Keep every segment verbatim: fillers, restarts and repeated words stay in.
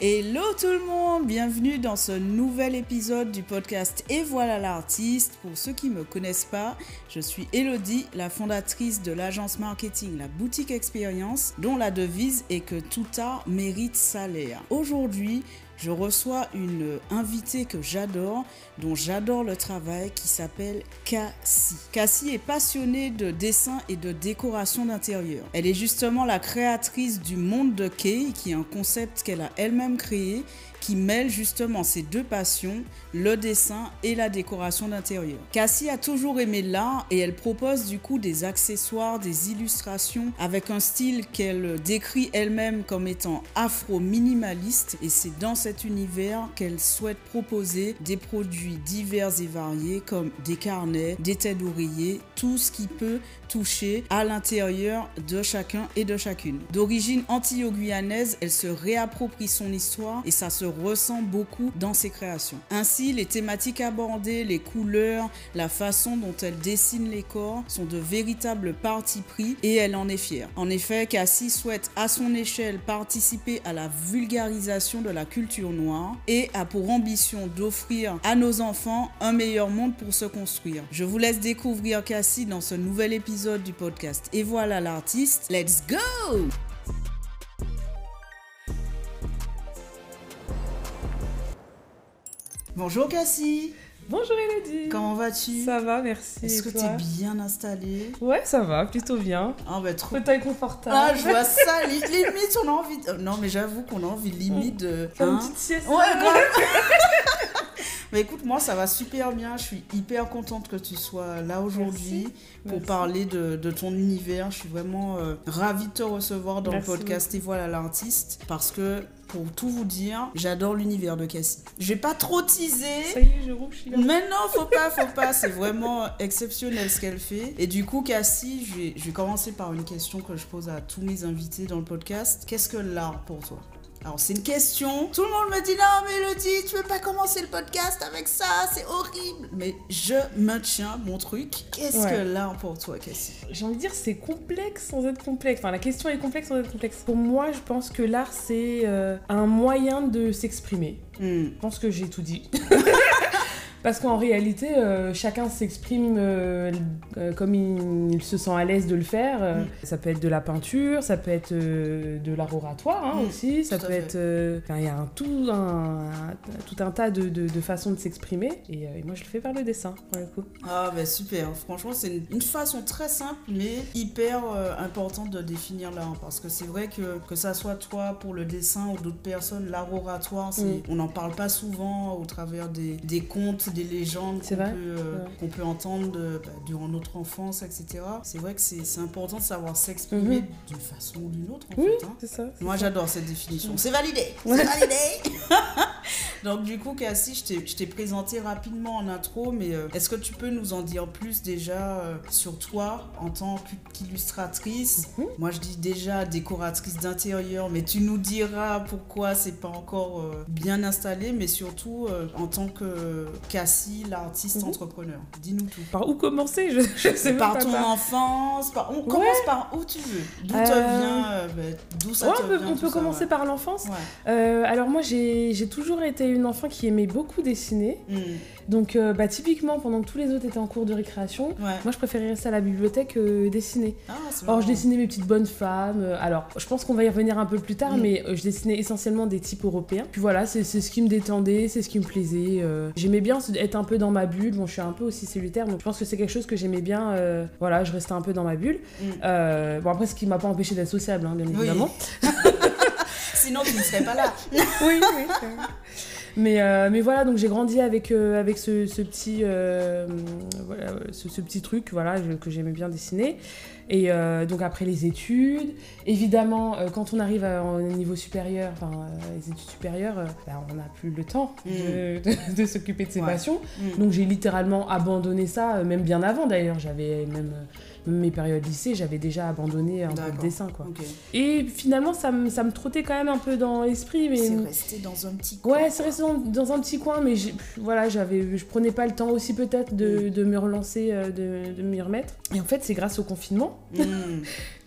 Hello tout le monde, bienvenue dans ce nouvel épisode du podcast Et voilà l'artiste. Pour ceux qui ne me connaissent pas, je suis Elodie, la fondatrice de l'agence marketing La Boutique Expérience, dont la devise est que tout art mérite salaire. Aujourd'hui, je reçois une invitée que j'adore, dont j'adore le travail, qui s'appelle Cassie. Cassie est passionnée de dessin et de décoration d'intérieur. Elle est justement la créatrice du Monde de Kay, qui est un concept qu'elle a elle-même créé, qui mêle justement ces deux passions, le dessin et la décoration d'intérieur. Cassie a toujours aimé l'art et elle propose du coup des accessoires, des illustrations avec un style qu'elle décrit elle-même comme étant afro-minimaliste, et c'est dans cet univers qu'elle souhaite proposer des produits divers et variés comme des carnets, des têtes d'oreiller, tout ce qui peut toucher à l'intérieur de chacun et de chacune. D'origine antillo-guyanaise, elle se réapproprie son histoire et ça se ressent beaucoup dans ses créations. Ainsi, les thématiques abordées, les couleurs, la façon dont elle dessine les corps sont de véritables partis pris et elle en est fière. En effet, Cassie souhaite à son échelle participer à la vulgarisation de la culture noire et a pour ambition d'offrir à nos enfants un meilleur monde pour se construire. Je vous laisse découvrir Cassie dans ce nouvel épisode du podcast. Et voilà l'artiste, let's go! Bonjour Cassie. Bonjour Elodie. Comment vas-tu? Ça va, merci. Est-ce que tu es bien installée? Ouais, ça va, plutôt bien. Ah bah trop. Fauteuil confortable. Ah, je vois ça, limite on a envie de... Non mais j'avoue qu'on a envie limite de... Faire hein? une petite sieste. Ouais, grave. Mais écoute, moi ça va super bien, je suis hyper contente que tu sois là aujourd'hui Merci. pour Merci. parler de, de ton univers. Je suis vraiment euh, ravie de te recevoir dans Merci le podcast Et voilà l'artiste, parce que pour tout vous dire, j'adore l'univers de Cassie. Je vais pas trop teaser. Ça y est, je rouge. Là. Mais non, faut pas, faut pas. C'est vraiment exceptionnel ce qu'elle fait. Et du coup, Cassie, je vais, je vais commencer par une question que je pose à tous mes invités dans le podcast. Qu'est-ce que l'art pour toi? Alors, c'est une question. Tout le monde me dit non, mais Elodie, tu veux pas commencer le podcast avec ça? C'est horrible. Mais je maintiens mon truc. Qu'est-ce Ouais. que l'art pour toi, Cassie? J'ai envie de dire, c'est complexe sans être complexe. Enfin, la question est complexe sans être complexe. Pour moi, je pense que l'art, c'est euh, un moyen de s'exprimer. Hmm. Je pense que j'ai tout dit. Parce qu'en réalité, euh, chacun s'exprime euh, euh, comme il, il se sent à l'aise de le faire. Euh, Mm. Ça peut être de la peinture, ça peut être euh, de l'art oratoire hein, Mm, aussi. Ça tout à peut fait. être... euh, Enfin, il y a un, tout, un, un- tout un tas de, de, de façons de s'exprimer. Et, euh, et moi, je le fais par le dessin, pour le coup. Ah bah super, franchement c'est une, une façon très simple mais hyper euh, importante de définir l'art, parce que c'est vrai que que ça soit toi pour le dessin ou d'autres personnes, l'art oratoire, c'est, Mm. on n'en parle pas souvent au travers des, des contes, des légendes C'est qu'on vrai, peut, euh, ouais. qu'on peut entendre de- bah, durant notre enfance, et cetera. C'est vrai que c'est, c'est important de savoir s'exprimer Mhm. d'une façon ou d'une autre en Oui, fait. hein. c'est ça. c'est Moi ça. j'adore cette définition, Mm. c'est validé, c'est Ouais. validé. Donc du coup Cassie, je t'ai, je t'ai présenté rapidement en intro, mais euh, est-ce que tu peux nous en dire plus déjà euh, sur toi en tant qu'illustratrice? Mhm. Moi je dis déjà décoratrice d'intérieur, mais tu nous diras pourquoi c'est pas encore euh, bien installé, mais surtout euh, en tant que Cassie, l'artiste Mhm. entrepreneur. Dis-nous tout. Par où commencer? Je, je sais Par même ton pas. enfance, par... on commence Ouais. par où tu veux. D'où te Euh, vient, euh, bah, d'où ça Ouais, te on peut, vient on tout peut ça, commencer ouais. par l'enfance. Ouais. Euh, alors moi, j'ai j'ai toujours été une enfant qui aimait beaucoup dessiner. Mm. Donc euh, bah, typiquement, pendant que tous les autres étaient en cours de récréation, Ouais. moi je préférais rester à la bibliothèque euh, dessiner. Ah, c'est Alors je marrant. dessinais mes petites bonnes femmes. euh, Alors je pense qu'on va y revenir un peu plus tard, Mm. mais euh, je dessinais essentiellement des types européens. Puis voilà, c'est c'est ce qui me détendait, c'est ce qui me plaisait. euh. J'aimais bien être un peu dans ma bulle. Bon, je suis un peu aussi cellulaire, donc je pense que c'est quelque chose que j'aimais bien. euh, Voilà, je restais un peu dans ma bulle. Mm. Euh, bon après, ce qui m'a pas empêché d'être sociable, hein, bien Oui. évidemment. Sinon, tu ne serais pas là. oui, oui. c'est vrai. Mais, euh, mais voilà, donc j'ai grandi avec, euh, avec ce, ce petit, euh, voilà, ce, ce petit truc voilà, je- que j'aimais bien dessiner. Et euh, donc après les études, évidemment, euh, quand on arrive à un niveau supérieur, enfin euh, les études supérieures, euh, bah, on n'a plus le temps de, de- de s'occuper de ses Ouais. passions. Mm. Donc j'ai littéralement abandonné ça, euh, même bien avant d'ailleurs. J'avais même, euh, même mes périodes lycée, j'avais déjà abandonné un peu D'accord. le dessin, quoi. Ok. Et finalement, ça me, ça me trottait quand même un peu dans l'esprit, mais C'est resté dans un petit coin. ouais, c'est resté dans, dans un petit coin, mais j'ai- voilà, j'avais, je prenais pas le temps aussi peut-être de, Mm. de me relancer, euh, de, de m'y remettre. Et en fait, c'est grâce au confinement Mm.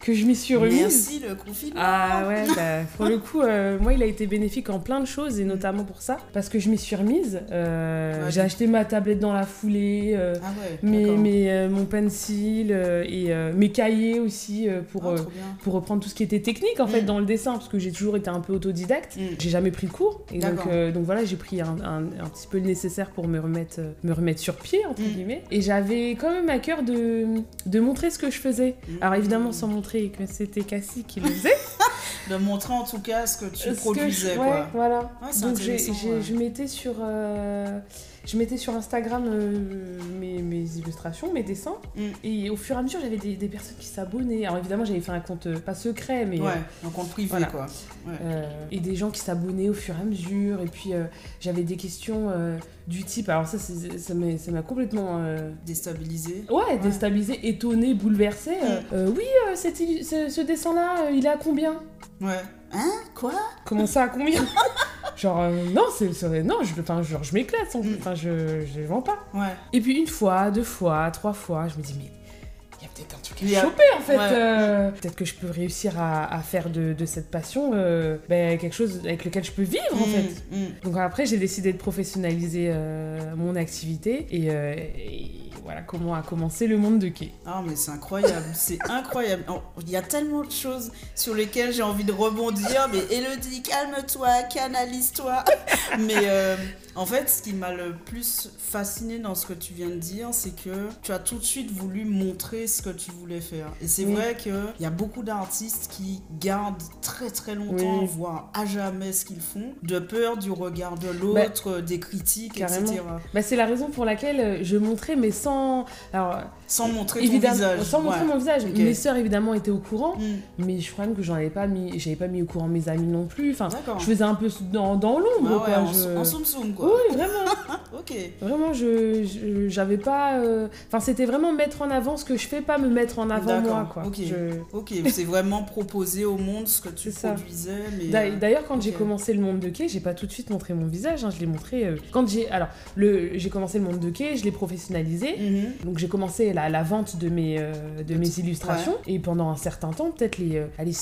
que je m'y suis remise. Merci le confinement. Ah ouais, bah, pour le coup, euh, moi il a été bénéfique en plein de choses et notamment pour ça, parce que je m'y suis remise. Euh, ouais, j'ai acheté ma tablette dans la foulée, euh, ah ouais, mes, mes, euh, mon pencil euh, et euh, mes cahiers aussi euh, pour, oh, euh, pour reprendre tout ce qui était technique en fait mm. dans le dessin, parce que j'ai toujours été un peu autodidacte. Mm. J'ai jamais pris de cours et donc, euh, donc voilà, j'ai pris un, un, un petit peu le nécessaire pour me remettre, euh, me remettre sur pied entre mm. guillemets. Et j'avais quand même à cœur de, de montrer ce que je faisais. Mm. Alors évidemment sans montrer que c'était Cassie qui le faisait. De montrer en tout cas ce que tu ce produisais. Que je, ouais, quoi. Voilà. Ouais, donc j'ai, j'ai, ouais. je mettais sur... Euh, Je mettais sur Instagram euh, mes, mes illustrations, mes dessins, mm. et au fur et à mesure, j'avais des, des personnes qui s'abonnaient. Alors évidemment, j'avais fait un compte, euh, pas secret, mais... Ouais, euh, un compte privé, voilà. quoi. Ouais. Euh, et des gens qui s'abonnaient au fur et à mesure, et puis euh, j'avais des questions euh, du type... Alors ça, c'est, ça, m'a, ça m'a complètement... Euh... Déstabilisé. Ouais, ouais, déstabilisé, étonné, bouleversé. Mm. Euh, euh, oui, euh, cette, ce, ce dessin-là, il est à combien ? Ouais. Hein ? Quoi ? Comment ça, à combien ? Genre, euh, non, c'est, c'est, non je, enfin, genre, je m'éclate, enfin, je, je les vends pas. Ouais. Et puis une fois, deux fois, trois fois, je me dis, mais il y a peut-être un truc à choper en fait. Ouais. Euh, peut-être que je peux réussir à, à faire de, de cette passion euh, ben, quelque chose avec lequel je peux vivre mmh, en fait. Mmh. Donc après, j'ai décidé de professionnaliser euh, mon activité et, euh, et voilà comment a commencé le monde de Kay. Ah mais c'est incroyable, c'est incroyable. Il y a tellement de choses sur lesquelles j'ai envie de rebondir, mais Élodie, calme-toi, canalise-toi. Mais euh, en fait, ce qui m'a le plus fasciné dans ce que tu viens de dire, c'est que tu as tout de suite voulu montrer ce que tu voulais faire. Et c'est oui. vrai qu'il y a beaucoup d'artistes qui gardent très très longtemps, oui. voire à jamais ce qu'ils font, de peur du regard de l'autre, bah, des critiques, carrément. et cetera. Bah, c'est la raison pour laquelle je montrais, mais sans... Alors, sans montrer ton visage. Sans montrer ouais. mon visage. Okay. Mes sœurs, évidemment, étaient au courant, mm. mais je crois même que j'en avais pas mis, j'avais pas mis au courant mes amis non plus. Enfin, D'accord. je faisais un peu dans, dans l'ombre, ah quoi. Ouais, je... En soum soum, quoi. Oui, vraiment. Ok. Vraiment, je, je j'avais pas... Euh... Enfin, c'était vraiment mettre en avant ce que je fais, pas me mettre en avant D'accord. moi, quoi. Ok, je... ok. C'est vraiment proposer au monde ce que tu c'est produisais. Mais D'a- D'ailleurs, quand okay. j'ai commencé le monde de Kay, j'ai pas tout de suite montré mon visage, hein. Je l'ai montré... Euh... Quand j'ai... Alors, le... j'ai commencé le monde de Kay, je l'ai professionnalisé. Mm-hmm. Donc, j'ai commencé la, la vente de mes, euh, de mes illustrations. Ouais. Et pendant un certain temps, peut-être les, euh, les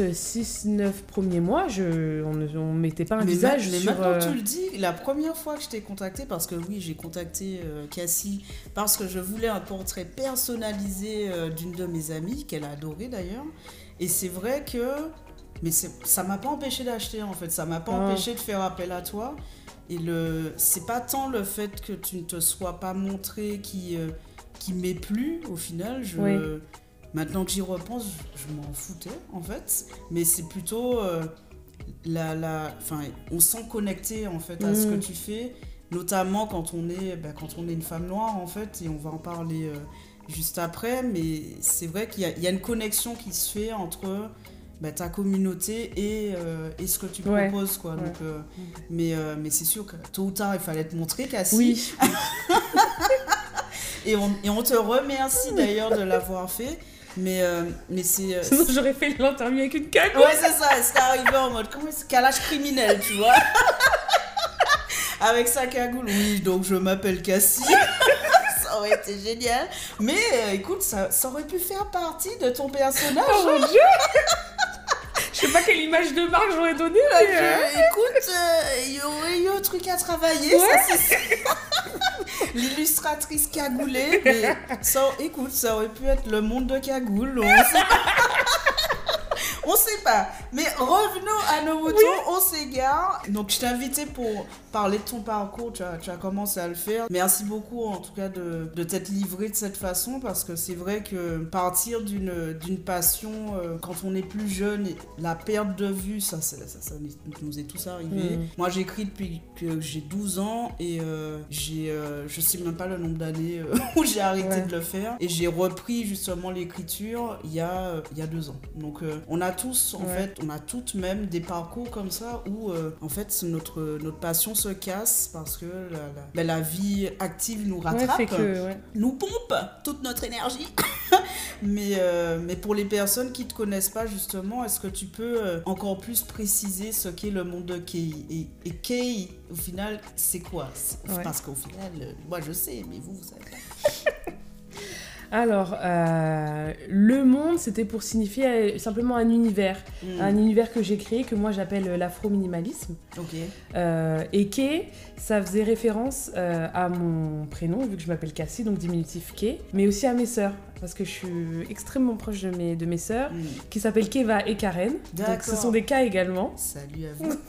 six neuf premiers mois, je, on ne mettait pas un mais visage ma, mais sur... maintenant euh... tu le dis, la première fois que je t'ai contactée, parce que oui, j'ai contacté euh, Cassie, parce que je voulais un portrait personnalisé euh, d'une de mes amies, qu'elle a adoré d'ailleurs. Et c'est vrai que... Mais c'est, ça m'a pas empêché d'acheter, en fait. Ça m'a pas ah. empêché de faire appel à toi. Et le, c'est pas tant le fait que tu ne te sois pas montré qui... Euh, qui m'est plu au final, je... oui. maintenant que j'y repense, je, je m'en foutais en fait, mais c'est plutôt euh, la, la... Enfin, on se sent connecté en fait à mmh. ce que tu fais, notamment quand on est, bah, quand on est une femme noire en fait, et on va en parler euh, juste après, mais c'est vrai qu'il y a, il y a une connexion qui se fait entre bah, ta communauté et, euh, et ce que tu ouais. proposes quoi. Ouais. Donc, euh, mmh. mais, euh, mais c'est sûr que tôt ou tard il fallait te montrer, Cassie. Oui. Et on, et on te remercie d'ailleurs de l'avoir fait. Mais, euh, mais c'est... Euh, Sinon, j'aurais fait l'interview avec une cagoule. Ouais, c'est ça. Elle serait arrivée en mode... Comment c'est calage criminel, tu vois. Avec sa cagoule. Oui, donc je m'appelle Cassie. Ça aurait été génial. Mais euh, écoute, ça, ça aurait pu faire partie de ton personnage. Oh mon Dieu. Je sais pas quelle image de marque j'aurais donnée. Mais euh... Écoute, il euh, y aurait eu un truc à travailler. Ouais. Ça, c'est... L'illustratrice cagoulée, mais ça, écoute, ça aurait pu être le monde de cagoule, on sait pas. On sait pas. Mais revenons à nos moutons, oui. On s'égare. Donc je t'ai invité pour parler de ton parcours, tu as, tu as commencé à le faire. Merci beaucoup en tout cas de, de t'être livré de cette façon, parce que c'est vrai que partir d'une, d'une passion, euh, quand on est plus jeune, la perte de vue, ça, ça, ça, ça nous est tous arrivé. Mmh. Moi j'écris depuis que j'ai douze ans et euh, j'ai, euh, je sais même pas le nombre d'années euh, où j'ai arrêté ouais. de le faire. Et j'ai repris justement l'écriture il y a, euh, il y a deux ans. Donc euh, on a tous, en ouais. fait, on a toutes même des parcours comme ça où euh, en fait notre, notre passion se casse parce que la, la, ben, la vie active nous rattrape, ouais, que, ouais. nous pompe toute notre énergie. mais, euh, mais pour les personnes qui ne te connaissent pas justement, est-ce que tu peux euh, encore plus préciser ce qu'est le monde de Kay et, et Kay, au final, c'est quoi? C'est, ouais. Parce qu'au final, euh, moi je sais, mais vous, vous savez pas. Alors, euh, le monde, c'était pour signifier euh, simplement un univers. Mm. Un univers que j'ai créé, que moi j'appelle l'afro-minimalisme. Ok. Euh, et Kay, ça faisait référence euh, à mon prénom, vu que je m'appelle Cassie, donc diminutif Kay, mais aussi à mes sœurs, parce que je suis extrêmement proche de mes, de mes sœurs, mm. qui s'appellent Keva et Karen. D'accord. Donc ce sont des K également. Salut à vous.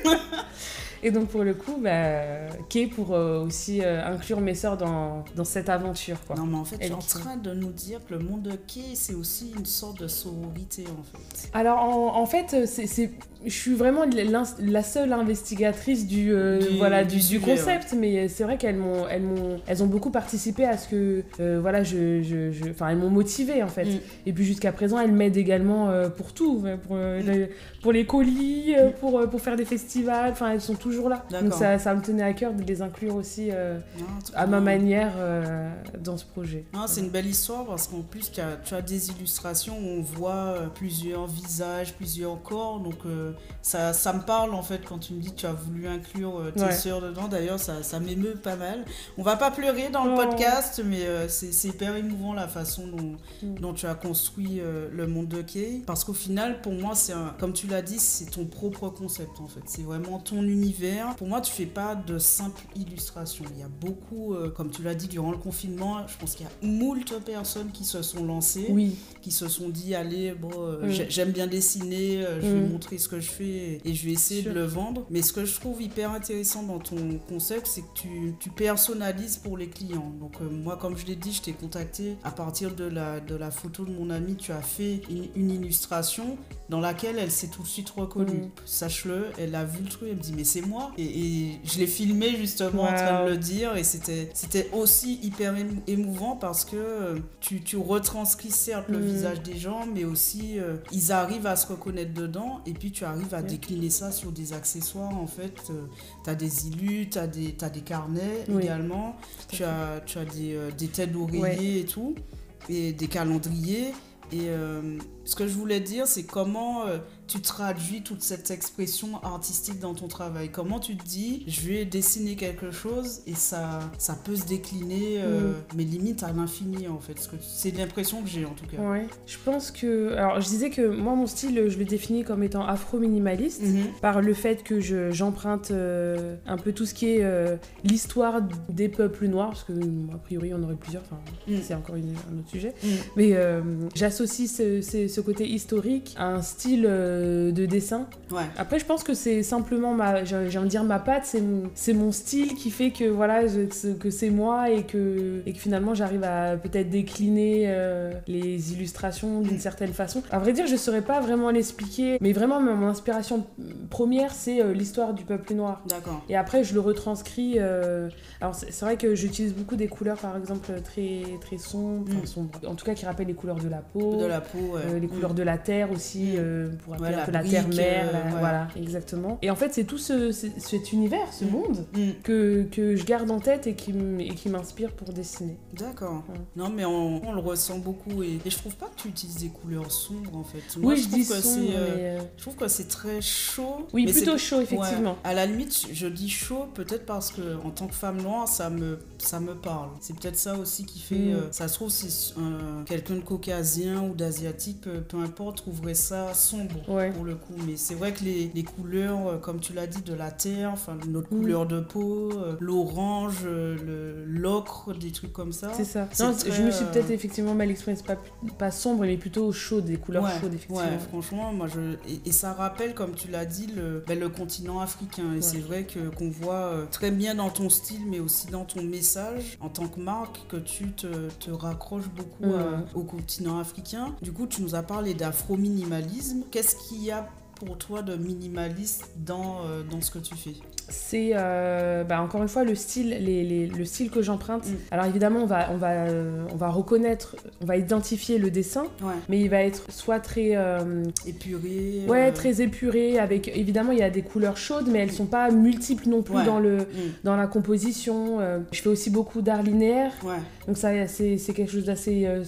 Et donc pour le coup, bah, Kay pour euh, aussi euh, inclure mes sœurs dans, dans cette aventure. Quoi. Non mais en fait, tu es en qui... train de nous dire que le monde de Kay, c'est aussi une sorte de sororité en fait. Alors en, en fait, c'est, c'est, je suis vraiment la seule investigatrice du, euh, du, voilà, du, du, du concept, ouais. Mais c'est vrai qu'elles m'ont, elles m'ont, elles ont beaucoup participé à ce que, euh, voilà, je, je, je, enfin elles m'ont motivée en fait. Mm. Et puis jusqu'à présent, elles m'aident également euh, pour tout, pour, euh, mm. les, pour les colis, euh, pour, euh, pour faire des festivals, enfin elles sont toujours là. D'accord. Donc ça, ça me tenait à cœur de les inclure aussi euh, non, à ma manière euh, dans ce projet. Non, c'est voilà. Une belle histoire parce qu'en plus tu as, tu as des illustrations où on voit euh, plusieurs visages, plusieurs corps, donc euh, ça, ça me parle en fait quand tu me dis que tu as voulu inclure euh, tes ouais. sœurs dedans. D'ailleurs ça, ça m'émeut pas mal. On va pas pleurer dans le oh. podcast, mais euh, c'est, c'est hyper émouvant la façon dont, mm. dont tu as construit euh, le monde de Kay, parce qu'au final pour moi c'est un, comme tu l'as dit, c'est ton propre concept en fait, c'est vraiment ton univers. Pour moi, tu fais pas de simple illustration. Il y a beaucoup, euh, comme tu l'as dit, durant le confinement, je pense qu'il y a moult personnes qui se sont lancées, oui. qui se sont dit, allez, bon, euh, mm. j'aime bien dessiner, euh, je vais mm. montrer ce que je fais et je vais essayer sure. de le vendre. Mais ce que je trouve hyper intéressant dans ton concept, c'est que tu, tu personnalises pour les clients. Donc euh, moi, comme je l'ai dit, je t'ai contacté à partir de la, de la photo de mon amie. Tu as fait une, une illustration dans laquelle elle s'est tout de suite reconnue. Mm. Sache-le, elle a vu le truc, elle me dit, mais c'est moi. Et, et je l'ai filmé justement wow. en train de le dire, et c'était, c'était aussi hyper émouvant parce que tu, tu retranscris certes mmh. le visage des gens, mais aussi euh, ils arrivent à se reconnaître dedans, et puis tu arrives à mmh. décliner ça sur des accessoires en fait. Euh, tu as des illus, tu as des, t'as des carnets oui. également, tu as, tu as des, euh, des têtes d'oreiller ouais. et tout, et des calendriers. Et euh, ce que je voulais dire, c'est comment euh, tu traduis toute cette expression artistique dans ton travail. Comment tu te dis, je vais dessiner quelque chose et ça, ça peut se décliner, euh, mm. mais limite à l'infini en fait. Parce que c'est l'impression que j'ai en tout cas. Ouais. Je pense que... Alors je disais que moi mon style, je le définis comme étant afro-minimaliste mm-hmm. par le fait que je, j'emprunte euh, un peu tout ce qui est euh, l'histoire des peuples noirs, parce que a priori on aurait plusieurs, enfin mm. c'est encore une, un autre sujet. Mm. Mais euh, j'associe ce, ce, ce côté historique à un style... Euh, de dessin. Ouais. Après, je pense que c'est simplement ma, j'ai envie de dire ma patte, c'est mon, c'est mon style qui fait que voilà, je, que c'est moi et que, et que finalement j'arrive à peut-être décliner euh, les illustrations d'une certaine façon. À vrai dire, je saurais pas vraiment l'expliquer, mais vraiment mon inspiration première, c'est euh, l'histoire du peuple noir. D'accord. Et après, je le retranscris. Euh... Alors, c'est, c'est vrai que j'utilise beaucoup des couleurs, par exemple, très, très sombres, mm. sombres, en tout cas qui rappellent les couleurs de la peau, de la peau, ouais. euh, les couleurs mm. de la terre aussi, mm. euh, pour rappeler ouais, un peu la la terre-mère, euh, la... ouais. voilà, exactement. Et en fait, c'est tout ce, c'est, cet univers, ce mm. monde, mm. que, que je garde en tête et qui, m- et qui m'inspire pour dessiner. D'accord. Ouais. Non, mais on, on le ressent beaucoup. Et, et je trouve pas que tu utilises des couleurs sombres, en fait. Moi, oui, je, je trouve dis que sombre, c'est, euh, mais... je trouve que c'est très chaud. Oui, mais plutôt c'est... chaud, effectivement. Ouais. À la limite, je dis chaud, peut-être parce que en tant que femme noire, ça me, ça me parle. C'est peut-être ça aussi qui fait... Mm. Euh, ça se trouve, si euh, quelqu'un de caucasien ou d'asiatique, peu, peu importe, trouverait ça sombre, ouais. pour le coup. Mais c'est vrai que les, les couleurs, euh, comme tu l'as dit, de la terre, enfin notre mm. couleur de peau, euh, l'orange, euh, le, l'ocre, des trucs comme ça. C'est ça. C'est non, très, je me suis peut-être effectivement mal exprimée. C'est pas, pas sombre, mais plutôt chaud, des couleurs ouais, chaudes, effectivement. Ouais, franchement, moi, je... Et, et ça rappelle, comme tu l'as dit, le, ben, le continent africain. Et ouais. c'est vrai que, qu'on voit euh, très bien dans ton style, mais aussi dans ton message, en tant que marque, que tu te, te raccroches beaucoup mm. à, au continent africain. Du coup, tu nous as parlé d'afro-minimalisme. Qu'est-ce qu'il y a pour toi de minimaliste dans, euh, dans ce que tu fais? C'est euh, bah encore une fois le style, les, les, le style que j'emprunte. Mm. Alors évidemment, on va, on, va, euh, on va reconnaître, on va identifier le dessin, ouais. mais il va être soit très... Euh, épuré. Ouais, euh... très épuré. Avec, évidemment, il y a des couleurs chaudes, mais elles ne sont pas multiples non plus ouais. dans, le, mm. dans la composition. Euh, je fais aussi beaucoup d'art linéaire, ouais. donc ça, c'est, c'est quelque chose d'assez... Euh,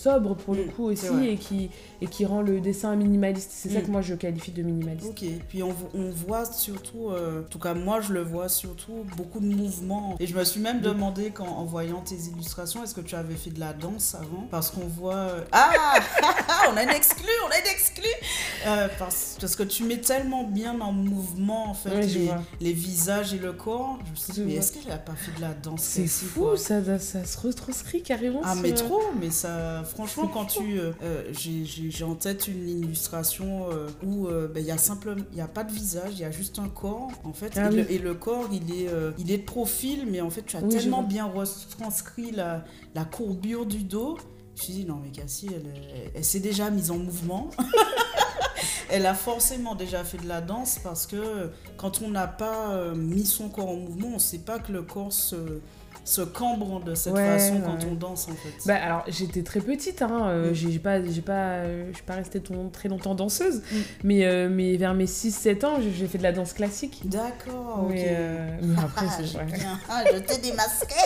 sobre pour mmh, le coup aussi vrai. et qui, et qui rend le dessin minimaliste. C'est mmh. ça que moi je qualifie de minimaliste. Ok, puis on, on voit surtout, euh, en tout cas moi je le vois surtout, beaucoup de mouvements. Et je me suis même mmh. demandé quand, en voyant tes illustrations, est-ce que tu avais fait de la danse avant? Parce qu'on voit... Euh... Ah on a une exclue, on a une exclue euh, parce, parce que tu mets tellement bien en mouvement en fait oui, les, les visages et le corps. Je me suis dit, mais est-ce qu'elle n'a pas fait de la danse? C'est fou, ça, ça se retranscrit carrément. Ah sur... mais trop, mais ça, franchement quand fou. tu... Euh, j'ai, j'ai, j'ai en tête une illustration euh, où il euh, ben, y a simplement, il n'y a pas de visage, il y a juste un corps en fait. Ah, et, oui. le, et le corps, il est, euh, il est de profil, mais en fait tu as oui, tellement bien retranscrit la, la courbure du dos. Je me suis dit, non mais Cassie, elle, elle, elle s'est déjà mise en mouvement. Elle a forcément déjà fait de la danse parce que quand on n'a pas euh, mis son corps en mouvement, on ne sait pas que le corps se... se cambre de cette ouais, façon ouais. quand on danse en fait. Bah alors j'étais très petite, hein, euh, mm. j'ai, j'ai pas, j'ai pas, euh, je suis pas restée ton, très longtemps danseuse, mm. mais, euh, mais vers mes six sept ans j'ai, j'ai fait de la danse classique. D'accord, mais, ok. Euh, mais après ah, c'est vrai. Ah, je t'ai démasqué.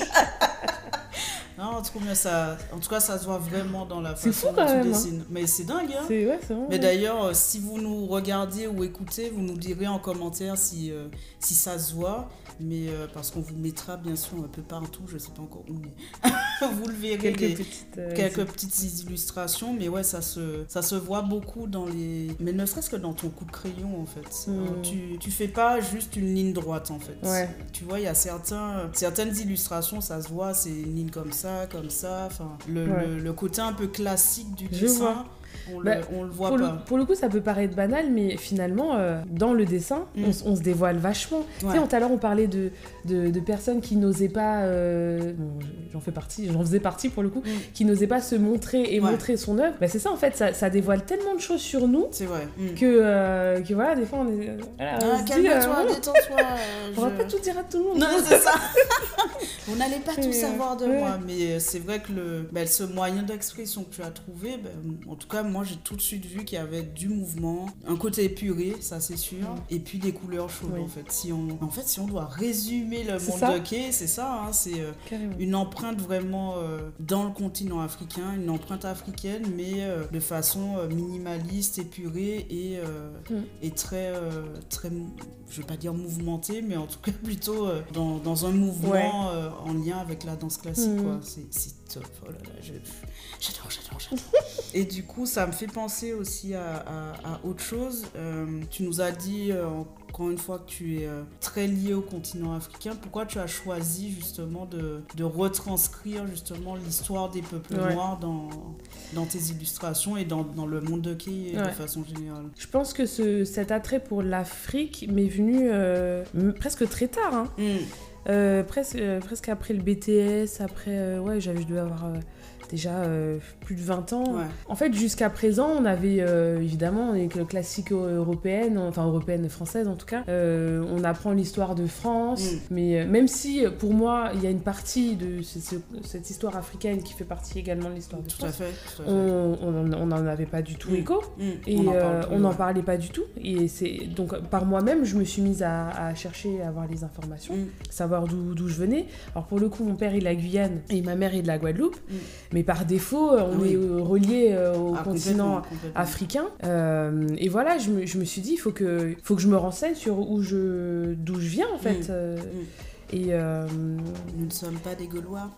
Non, trop bien, ça, en tout cas ça se voit vraiment dans la c'est façon fou, dont tu même, dessines. hein. Mais c'est dingue, hein. C'est, ouais, c'est vrai, mais ouais. d'ailleurs, euh, si vous nous regardez ou écoutez, vous nous direz en commentaire si, euh, si ça se voit. Mais euh, parce qu'on vous mettra bien sûr un peu partout, je sais pas encore où, mais vous le verrez, quelques, des, petites, euh, quelques petites illustrations, mais ouais, ça se, ça se voit beaucoup dans les... Mais ne serait-ce que dans ton coup de crayon, en fait. Mm. Alors, tu, tu fais pas juste une ligne droite, en fait. Ouais. Tu vois, il y a certains, certaines illustrations, ça se voit, c'est une ligne comme ça, comme ça, enfin, le, ouais. le, le côté un peu classique du je dessin... Vois. On, bah, le, on le voit pour pas. Le, pour le coup, ça peut paraître banal, mais finalement, euh, dans le dessin, mm. on, on se dévoile vachement. Ouais. Tu sais, tout à l'heure, on parlait de, de, de personnes qui n'osaient pas... Euh, bon, j'en fais partie, j'en faisais partie pour le coup, mm. qui n'osaient pas se montrer et ouais. montrer son œuvre. Bah, c'est ça, en fait, ça, ça dévoile tellement de choses sur nous. C'est vrai. Mm. Que, euh, que voilà, des fois, on est... Voilà, ah, calme-toi, euh, détends-toi. Euh, on je... va pas tout dire à tout le monde. Non, c'est ça. Vous n'allez pas tout savoir de ouais. moi, mais c'est vrai que le, bah, ce moyen d'expression que tu as trouvé, bah, en tout cas, moi, j'ai tout de suite vu qu'il y avait du mouvement, un côté épuré, ça c'est sûr, mmh. et puis des couleurs chaudes oui. en fait. Si on, en fait, si on doit résumer le c'est monde ça. de Kay, c'est ça, hein, c'est euh, une empreinte vraiment euh, dans le continent africain, une empreinte africaine, mais euh, de façon euh, minimaliste, épurée et, euh, mmh. et très, euh, très, je vais pas dire mouvementée, mais en tout cas plutôt euh, dans, dans un mouvement ouais. euh, en lien avec la danse classique, mmh. quoi. C'est, c'est top, oh là là, je, j'adore, j'adore, j'adore. Et du coup, ça me fait penser aussi à, à, à autre chose. Euh, tu nous as dit, euh, encore une fois, que tu es euh, très lié au continent africain. Pourquoi tu as choisi justement de, de retranscrire justement l'histoire des peuples ouais. noirs dans, dans tes illustrations et dans, dans le monde de Kay ouais. de façon générale? Je pense que ce, cet attrait pour l'Afrique m'est venu euh, presque très tard. Hein. Mm. Euh, presque, euh, presque après le B T S, après, euh, ouais, j'avais, je devais avoir... Euh, déjà euh, plus de vingt ans. Ouais. En fait, jusqu'à présent, on avait euh, évidemment les classiques européennes, enfin européennes, françaises en tout cas. Euh, on apprend l'histoire de France, mm. mais euh, même si pour moi, il y a une partie de ce, ce, cette histoire africaine qui fait partie également de l'histoire de tout France. À fait, tout à fait. On n'en avait pas du tout mm. écho mm. et on n'en parlait pas du tout. Et c'est donc par moi-même, je me suis mise à, à chercher à avoir les informations, mm. savoir d'où, d'où je venais. Alors pour le coup, mon père est de la Guyane et ma mère est de la Guadeloupe. Mm. Mais par défaut, on oui. est relié euh, au ah, continent complètement, complètement. africain. Euh, et voilà, je me, je me suis dit, il faut que, faut que je me renseigne sur où je, d'où je viens, en fait. Mmh. Euh, mmh. Et euh... Nous ne sommes pas des Gaulois.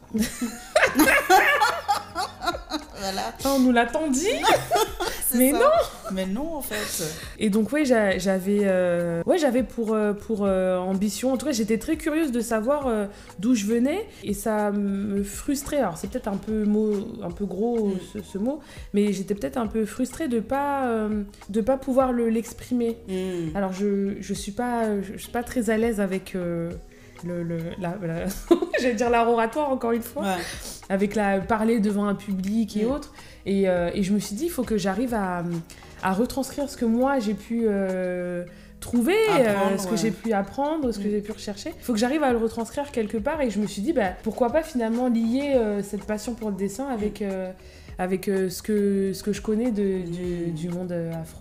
Voilà. On nous l'a-t-on dit? Mais ça. non. Mais non, en fait. Et donc, ouais, j'avais, euh... ouais, j'avais pour, pour euh, ambition... En tout cas, j'étais très curieuse de savoir euh, d'où je venais. Et ça me frustrait. Alors, c'est peut-être un peu, mot, un peu gros, mm. ce, ce mot. Mais j'étais peut-être un peu frustrée de ne pas, euh, de pas pouvoir le, l'exprimer. Mm. Alors, je ne je suis, je suis pas très à l'aise avec... Euh, Le, le, la, la... j'allais dire l'art oratoire encore une fois, ouais. avec la parler devant un public et mmh. autres. Et, euh, et je me suis dit, il faut que j'arrive à, à retranscrire ce que moi j'ai pu euh, trouver, apprendre, euh, ce ouais. que j'ai pu apprendre, ce mmh. que j'ai pu rechercher. Il faut que j'arrive à le retranscrire quelque part. Et je me suis dit, bah, pourquoi pas finalement lier euh, cette passion pour le dessin avec, mmh. euh, avec euh, ce, que, ce que je connais de, du, du monde afro.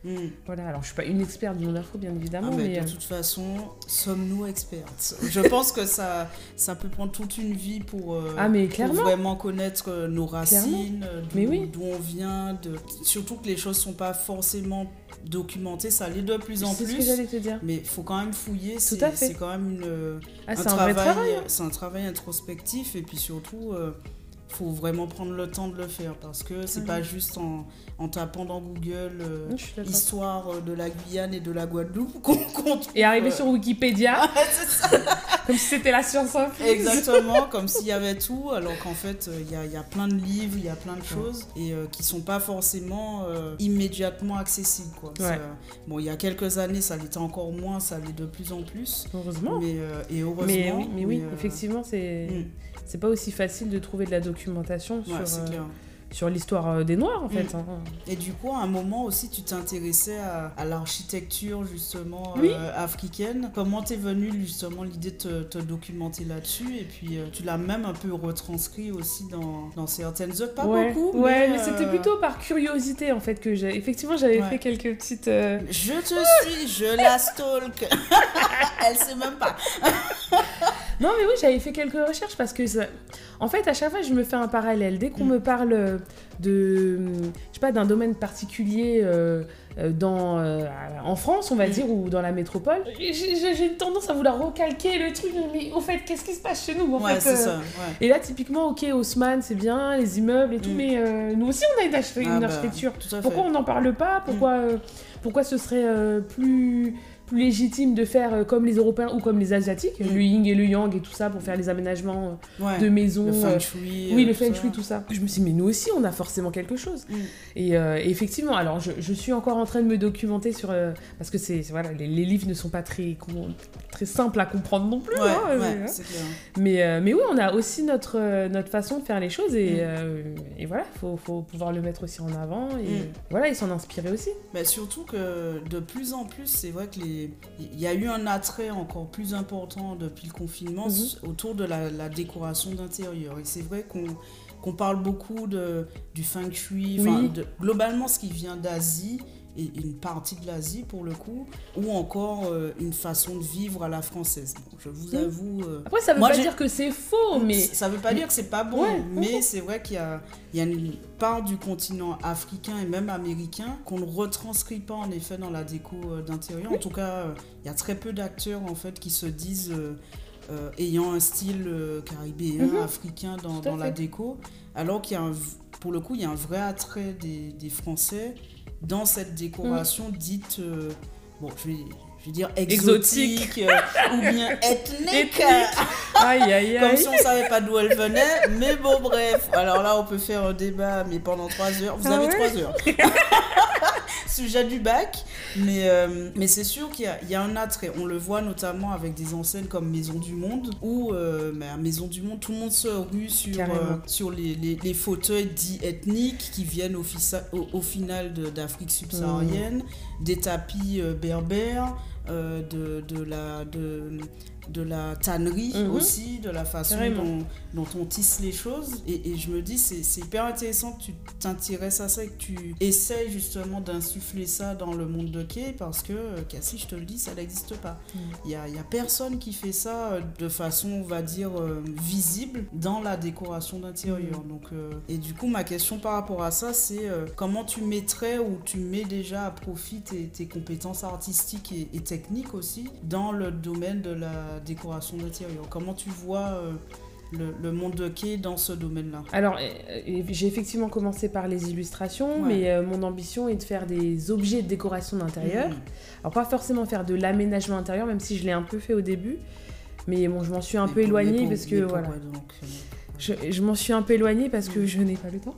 Mm. Voilà, alors je suis pas une experte du monde afro, bien évidemment. Ah, mais, mais de euh... toute façon, sommes-nous expertes? Je pense que ça, ça peut prendre toute une vie pour, euh, ah, mais pour vraiment connaître nos racines, d'où oui. on vient. De... Surtout que les choses sont pas forcément documentées, ça l'est de plus en c'est plus. C'est ce que j'allais te dire. Mais il faut quand même fouiller, c'est, c'est quand même une, ah, un, c'est travail, un vrai travail. C'est un travail introspectif et puis surtout... Euh, faut vraiment prendre le temps de le faire parce que c'est mmh. pas juste en, en tapant dans Google euh, histoire de la Guyane et de la Guadeloupe qu'on, qu'on trouve, et arriver euh... sur Wikipédia c'est ça. Comme si c'était la science infuse. Exactement, comme s'il y avait tout, alors qu'en fait il y a, y a plein de livres, il y a plein de choses et euh, qui sont pas forcément euh, immédiatement accessibles quoi. Ouais. Euh, bon, il y a quelques années ça l'était encore moins, ça l'est de plus en plus. Heureusement. Mais, euh, et heureusement. Mais oui, mais oui mais, euh... effectivement c'est. Mmh. C'est pas aussi facile de trouver de la documentation ouais, sur, euh, sur l'histoire des Noirs, en fait. Mmh. Hein. Et du coup, à un moment aussi, tu t'intéressais à, à l'architecture, justement, oui. euh, africaine. Comment t'es venue, justement, l'idée de te, te documenter là-dessus? Et puis, euh, tu l'as même un peu retranscrit aussi dans, dans certaines œuvres. Pas ouais. beaucoup, ouais, mais... mais euh... c'était plutôt par curiosité, en fait, que j'ai... Effectivement, j'avais ouais. fait quelques petites... Euh... Je te suis, je la stalk. Elle sait même pas. Non, mais oui, j'avais fait quelques recherches parce que, ça... en fait, à chaque fois, je me fais un parallèle. Dès qu'on mmh. me parle de, je sais pas, d'un domaine particulier euh, dans, euh, en France, on va mmh. dire, ou dans la métropole, j'ai, j'ai une tendance à vouloir recalquer le truc. Mais au fait, qu'est-ce qui se passe chez nous en ouais, fait, c'est euh... ça. Ouais. Et là, typiquement, ok, Haussmann, c'est bien, les immeubles et tout, mmh. mais euh, nous aussi, on a une, arch- une ah architecture. Bah, pourquoi on n'en parle pas? Pourquoi, mmh. euh, pourquoi ce serait euh, plus... plus légitime de faire comme les Européens ou comme les Asiatiques, mmh. le yin et le yang et tout ça pour faire les aménagements ouais. de maisons. Le feng shui. Euh, oui, le feng shui, tout ça. Je me suis dit, mais nous aussi, on a forcément quelque chose. Mmh. Et, euh, et effectivement, alors je, je suis encore en train de me documenter sur... Euh, parce que c'est, voilà, les, les livres ne sont pas très, très simples à comprendre non plus. Ouais, hein, ouais, mais, c'est clair. Mais, euh, mais oui, on a aussi notre, notre façon de faire les choses et, mmh. euh, et voilà, il faut, faut pouvoir le mettre aussi en avant et mmh. voilà, et s'en inspirer aussi. Mais surtout que de plus en plus, c'est vrai que les... Il y a eu un attrait encore plus important depuis le confinement mmh. autour de la, la décoration d'intérieur. Et c'est vrai qu'on, qu'on parle beaucoup de, du feng shui, oui. de, globalement ce qui vient d'Asie, et une partie de l'Asie pour le coup, ou encore euh, une façon de vivre à la française. Bon, je vous avoue... Euh, Après, ça veut moi, pas j'ai... dire que c'est faux, mais... Ça veut pas dire que c'est pas bon, ouais, mais ouais. c'est vrai qu'il y a, il y a une part du continent africain et même américain qu'on ne retranscrit pas en effet dans la déco d'intérieur. Oui. En tout cas, euh, il y a très peu d'acteurs en fait qui se disent... Euh, euh, ayant un style euh, caribéen, mm-hmm. africain dans, dans la déco, alors qu'il y a un, pour le coup, il y a un vrai attrait des, des Français dans cette décoration mmh. dite, euh, bon, je vais, je vais dire exotique, exotique. Euh, ou bien ethnique, aïe, aïe, aïe. Comme si on ne savait pas d'où elle venait, mais bon, bref, alors là, on peut faire un débat, mais pendant trois heures, vous ah avez ouais trois heures. Sujet du bac, mais, euh, mais c'est sûr qu'il y a, il y a un attrait. On le voit notamment avec des enseignes comme Maison du Monde, où euh, bah, à Maison du Monde, tout le monde se rue sur, euh, sur les, les, les fauteuils dits ethniques qui viennent au, fissa, au, au final de, d'Afrique subsaharienne, mmh. des tapis euh, berbères, euh, de, de la... De, de la tannerie mmh. aussi, de la façon dont, dont on tisse les choses. Et, et je me dis, c'est, c'est hyper intéressant que tu t'intéresses à ça et que tu essayes justement d'insuffler ça dans le monde de Kay, parce que, Cassie, je te le dis, ça n'existe pas. Il mmh. n'y a, y a personne qui fait ça de façon, on va dire, euh, visible dans la décoration d'intérieur. Mmh. Donc, euh, et du coup, ma question par rapport à ça, c'est euh, comment tu mettrais ou tu mets déjà à profit tes, tes compétences artistiques et, et techniques aussi dans le domaine de la décoration d'intérieur. Comment tu vois euh, le, le monde de Kay dans ce domaine-là? Alors, euh, j'ai effectivement commencé par les illustrations, ouais. mais euh, mon ambition est de faire des objets de décoration d'intérieur. Mmh. Alors, pas forcément faire de l'aménagement intérieur, même si je l'ai un peu fait au début, mais bon, je m'en suis un mais peu pour, éloignée pour, parce que, voilà. Donc, euh... je, je m'en suis un peu éloignée parce que mmh. je n'ai pas le temps.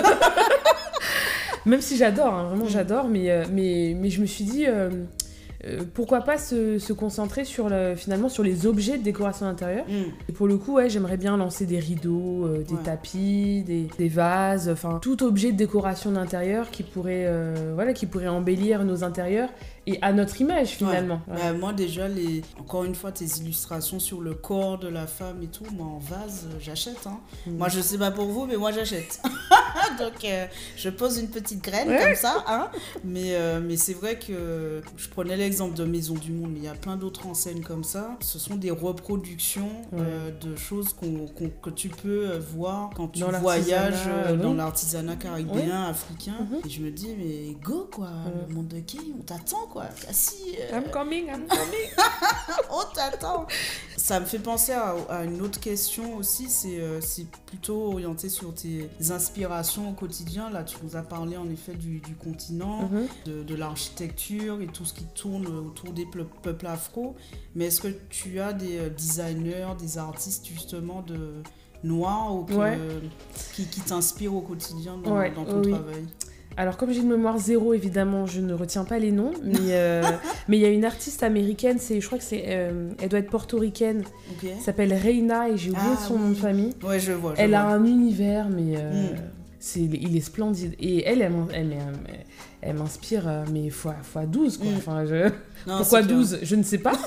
Même si j'adore, hein, vraiment mmh. j'adore, mais, euh, mais, mais je me suis dit... Euh, Euh, pourquoi pas se, se concentrer sur le, finalement sur les objets de décoration d'intérieur. Mm. Et pour le coup, ouais, j'aimerais bien lancer des rideaux, euh, des ouais. tapis, des, des vases, enfin tout objet de décoration d'intérieur qui pourrait, euh, voilà, qui pourrait embellir nos intérieurs et à notre image finalement. Ouais. Ouais. Bah, moi déjà, les... encore une fois, tes illustrations sur le corps de la femme et tout, moi en vase, j'achète. Hein. Mm. Moi je sais pas pour vous, mais moi j'achète. Donc euh, je pose une petite graine ouais. comme ça. Hein. Mais, euh, mais c'est vrai que je prenais l'exemple de Maison du Monde, mais il y a plein d'autres enseignes comme ça. Ce sont des reproductions ouais. euh, de choses qu'on, qu'on, que tu peux voir quand tu dans voyages euh, dans l'artisanat caribéen, ouais. africain. Mm-hmm. Et je me dis, mais go quoi, mm. le monde de Kay, on t'attend quoi. Cassie, euh... I'm coming, I'm coming. On t'attend. Ça me fait penser à, à une autre question aussi, c'est, euh, c'est plutôt orienté sur tes inspirations au quotidien. Là, tu nous as parlé en effet du, du continent, mm-hmm. de, de l'architecture et tout ce qui tourne autour des peuples afro. Mais est-ce que tu as des designers, des artistes justement de noirs ou que, ouais. qui, qui t'inspirent au quotidien dans, ouais, dans ton oui. travail? Alors, comme j'ai une mémoire zéro, évidemment, je ne retiens pas les noms, mais euh, mais il y a une artiste américaine, c'est, je crois que c'est, euh, elle doit être portoricaine, okay. Elle s'appelle Reina, et j'ai oublié ah, son oui. nom de famille. Ouais, je vois. Je elle vois. a un univers, mais euh, mm. c'est, il est splendide. Et elle, elle, elle, elle, elle m'inspire, mais fois, fois douze, quoi. Mm. Enfin, je... non, pourquoi douze? Je ne sais pas.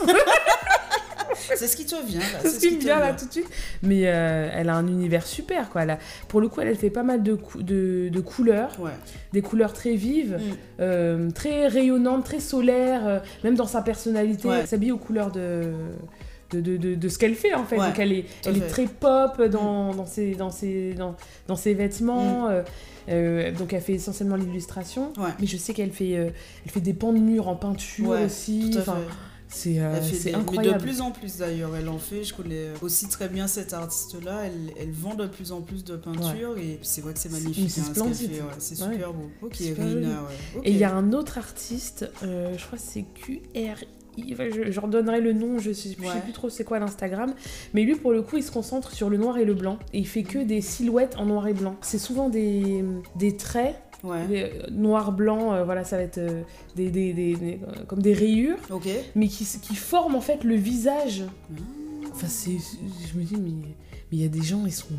C'est ce qui te vient là. C'est, c'est ce qui me vient là tout de suite. Mais euh, elle a un univers super quoi. Elle a, pour le coup, elle, elle fait pas mal de, cou- de, de couleurs, ouais. des couleurs très vives, mm. euh, très rayonnantes, très solaires, euh, même dans sa personnalité. Ouais. Elle s'habille aux couleurs de, de, de, de, de ce qu'elle fait en fait. Ouais. Donc elle est, elle est très pop dans, mm. dans, ses, dans, ses, dans, dans ses vêtements. Mm. Euh, Euh, donc elle fait essentiellement l'illustration. Ouais. Mais je sais qu'elle fait, euh, elle fait des pans de murs en peinture ouais, aussi. Tout à enfin, fait. C'est, euh, c'est des, incroyable. Mais de plus en plus d'ailleurs, elle en fait. Je connais aussi très bien cette artiste-là. Elle, elle vend de plus en plus de peintures ouais. et c'est vrai que c'est magnifique. C'est, hein, c'est splendide. Ce qu'elle fait, ouais. C'est ouais. super beau. Ok, super Rina. Ouais. Okay. Et il y a un autre artiste, euh, je crois que c'est Q R I. Je, je redonnerai le nom, je sais, ouais. je sais plus trop c'est quoi l'Instagram. Mais lui, pour le coup, il se concentre sur le noir et le blanc. Et il fait que des silhouettes en noir et blanc. C'est souvent des, des traits. Ouais. Des, euh, noir, blanc, euh, voilà, ça va être euh, des, des, des, des, euh, comme des rayures, okay. mais qui, qui forment en fait le visage. Mmh. Enfin, c'est, je me dis, mais il y a des gens, ils sont...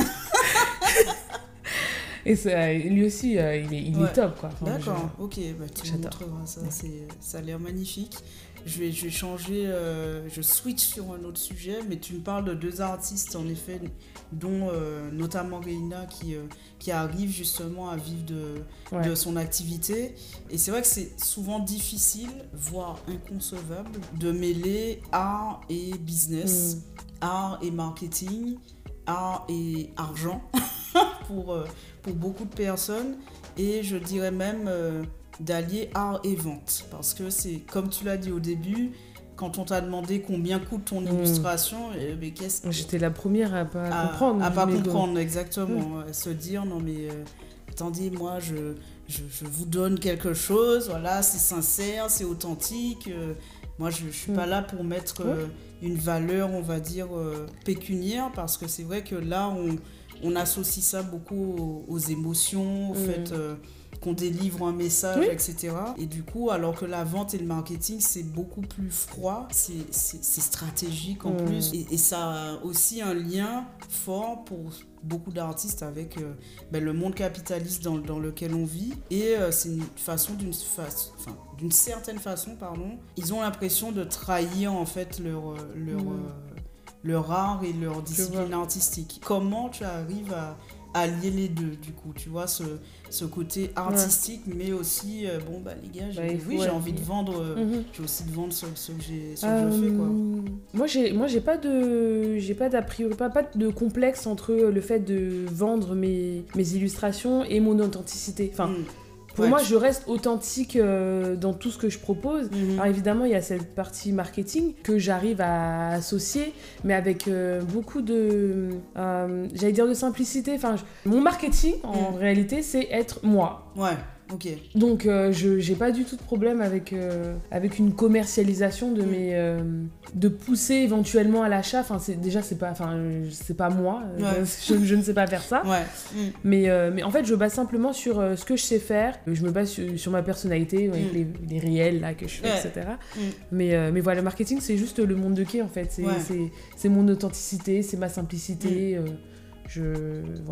Et ça, lui aussi, euh, il, est, il ouais. est top, quoi. Enfin, d'accord, je... ok, bah, tu me montreras ça, c'est, ça a l'air magnifique. Je vais, je vais changer, euh, je switch sur un autre sujet, mais tu me parles de deux artistes, en effet, dont euh, notamment Reina, qui, euh, qui arrive justement à vivre de, ouais. de son activité. Et c'est vrai que c'est souvent difficile, voire inconcevable, de mêler art et business, mm. art et marketing, art et argent, pour, euh, pour beaucoup de personnes. Et je dirais même... Euh, d'allier art et vente, parce que c'est comme tu l'as dit au début, quand on t'a demandé combien coûte ton mmh. illustration, et, mais qu'est-ce que... J'étais la première à pas à, comprendre. À pas comprendre, deux. exactement. Mmh. Se dire, non mais, euh, attendez, moi je, je, je vous donne quelque chose, voilà, c'est sincère, c'est authentique. Euh, moi je, je suis mmh. pas là pour mettre euh, mmh. une valeur, on va dire, euh, pécuniaire, parce que c'est vrai que là, on, on associe ça beaucoup aux, aux émotions, au mmh. fait... Euh, qu'on délivre un message, oui. et cetera. Et du coup, alors que la vente et le marketing, c'est beaucoup plus froid, c'est, c'est, c'est stratégique en mmh. plus. Et, et ça a aussi un lien fort pour beaucoup d'artistes avec euh, ben, le monde capitaliste dans, dans lequel on vit. Et euh, c'est une façon, d'une, fa- enfin, d'une certaine façon, pardon, ils ont l'impression de trahir en fait leur... leur, mmh. euh, leur art et leur discipline artistique. Comment tu arrives à allier les deux, du coup, tu vois, ce, ce côté artistique, ouais. mais aussi, euh, bon, bah, les gars, j'ai, bah, oui, j'ai envie de vendre, euh, mm-hmm. j'ai aussi de vendre ce, ce que, j'ai, ce que euh, je fais, quoi. Moi, j'ai, moi, j'ai pas de, j'ai pas d'a priori, pas, pas de complexe entre le fait de vendre mes, mes illustrations et mon authenticité. Enfin, mm. Pour ouais, moi, je reste authentique euh, dans tout ce que je propose. Mm-hmm. Alors évidemment, il y a cette partie marketing que j'arrive à associer, mais avec euh, beaucoup de, euh, j'allais dire de simplicité. Enfin, je... mon marketing, en mm. réalité, c'est être moi. Ouais. Ok. Donc, euh, je j'ai pas du tout de problème avec, euh, avec une commercialisation de mmh. mes... Euh, de pousser éventuellement à l'achat. Enfin, c'est, déjà, c'est pas, enfin, c'est pas moi. Ouais. Euh, je, je ne sais pas faire ça. Ouais. Mmh. Mais, euh, mais en fait, je base simplement sur euh, ce que je sais faire. Je me base sur, sur ma personnalité, avec mmh. les, les réels là, que je fais, ouais. et cetera. Mmh. Mais, euh, mais voilà, le marketing, c'est juste le monde de Kay, en fait. C'est, ouais. c'est, c'est mon authenticité, c'est ma simplicité. Mmh. Euh, je... Voilà.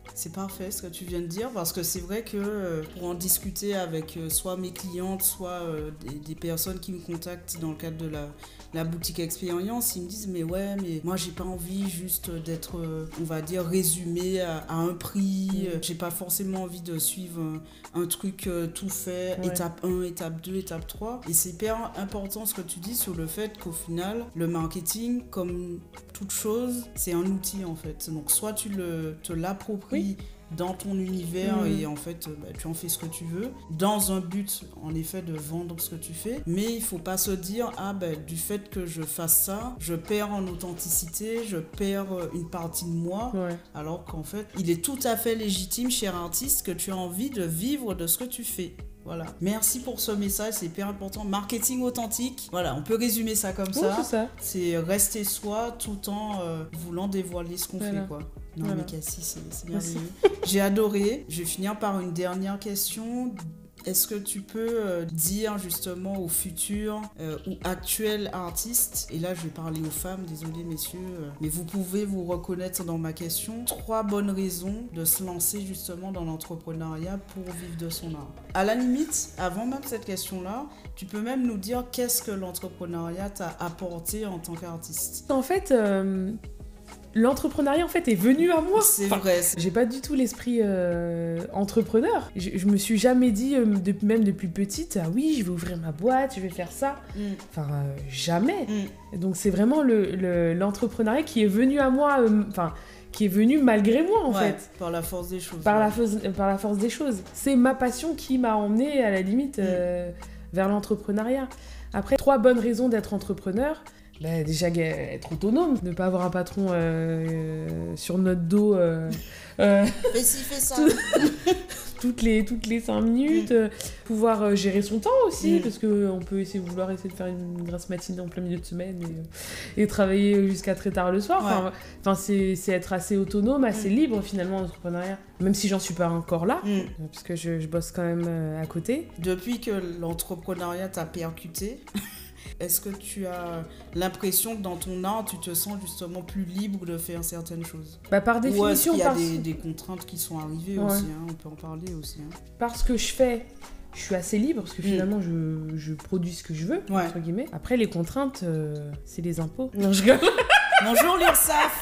C'est parfait ce que tu viens de dire, parce que c'est vrai que euh, pour en discuter avec euh, soit mes clientes, soit euh, des, des personnes qui me contactent dans le cadre de la, la boutique expérience, ils me disent mais ouais, mais moi j'ai pas envie juste d'être, euh, on va dire, résumé à, à un prix, mmh. euh, j'ai pas forcément envie de suivre un, un truc euh, tout fait, ouais. étape un, étape deux, étape trois. Et c'est hyper important ce que tu dis sur le fait qu'au final, le marketing, comme toute chose, c'est un outil en fait. Donc soit tu le, te l'appropries oui. dans ton univers mmh. et en fait bah, tu en fais ce que tu veux dans un but en effet de vendre ce que tu fais, mais il faut pas se dire ah ben bah, du fait que je fasse ça je perds en authenticité, je perds une partie de moi, ouais. alors qu'en fait il est tout à fait légitime, cher artiste, que tu as envie de vivre de ce que tu fais. Voilà. Merci pour ce message, c'est hyper important. Marketing authentique, voilà, on peut résumer ça comme oui, ça. C'est ça. C'est rester soi tout en euh, voulant dévoiler ce qu'on voilà. fait, quoi. Non, voilà. mais Cassie, c'est, c'est merveilleux. J'ai adoré. Je vais finir par une dernière question. Est-ce que tu peux euh, dire justement aux futurs euh, ou actuels artistes, et là je vais parler aux femmes, désolé messieurs, euh, mais vous pouvez vous reconnaître dans ma question, trois bonnes raisons de se lancer justement dans l'entrepreneuriat pour vivre de son art. À la limite, avant même cette question-là, tu peux même nous dire qu'est-ce que l'entrepreneuriat t'a apporté en tant qu'artiste. En fait... Euh... L'entrepreneuriat, en fait, est venu à moi. C'est enfin, vrai. C'est... J'ai pas du tout l'esprit euh, entrepreneur. Je, je me suis jamais dit, euh, de, même depuis petite, ah oui, je vais ouvrir ma boîte, je vais faire ça. Mm. Enfin, euh, jamais. Mm. Donc, c'est vraiment le, le, l'entrepreneuriat qui est venu à moi, enfin, euh, qui est venu malgré moi, en ouais, fait. Par la force des choses. Par, ouais. la, force, par la force des choses. C'est ma passion qui m'a emmenée, à la limite, mm. euh, vers l'entrepreneuriat. Après, trois bonnes raisons d'être entrepreneur. Bah, déjà être autonome, ne pas avoir un patron euh, euh, sur notre dos euh, euh, fais ci, fais ça tout, toutes les toutes les cinq minutes, mm. euh, pouvoir euh, gérer son temps aussi, mm. parce qu'on peut essayer vouloir essayer de faire une grasse matinée en plein milieu de semaine et, et travailler jusqu'à très tard le soir. Enfin, ouais. enfin c'est, c'est être assez autonome, assez mm. libre finalement en entrepreneuriat, même si j'en suis pas encore là, mm. parce que je, je bosse quand même euh, à côté. Depuis que l'entrepreneuriat t'a percuté, est-ce que tu as l'impression que dans ton art, tu te sens justement plus libre de faire certaines choses ? Bah par définition, ou est-ce qu'il y a parce... des, des contraintes qui sont arrivées ouais. aussi, hein, on peut en parler aussi. Hein. Parce que je fais, je suis assez libre, parce que finalement, mmh. je, je produis ce que je veux, ouais. entre guillemets. Après, les contraintes, euh, c'est les impôts. Non, je rigole. Bonjour l'URSSAF.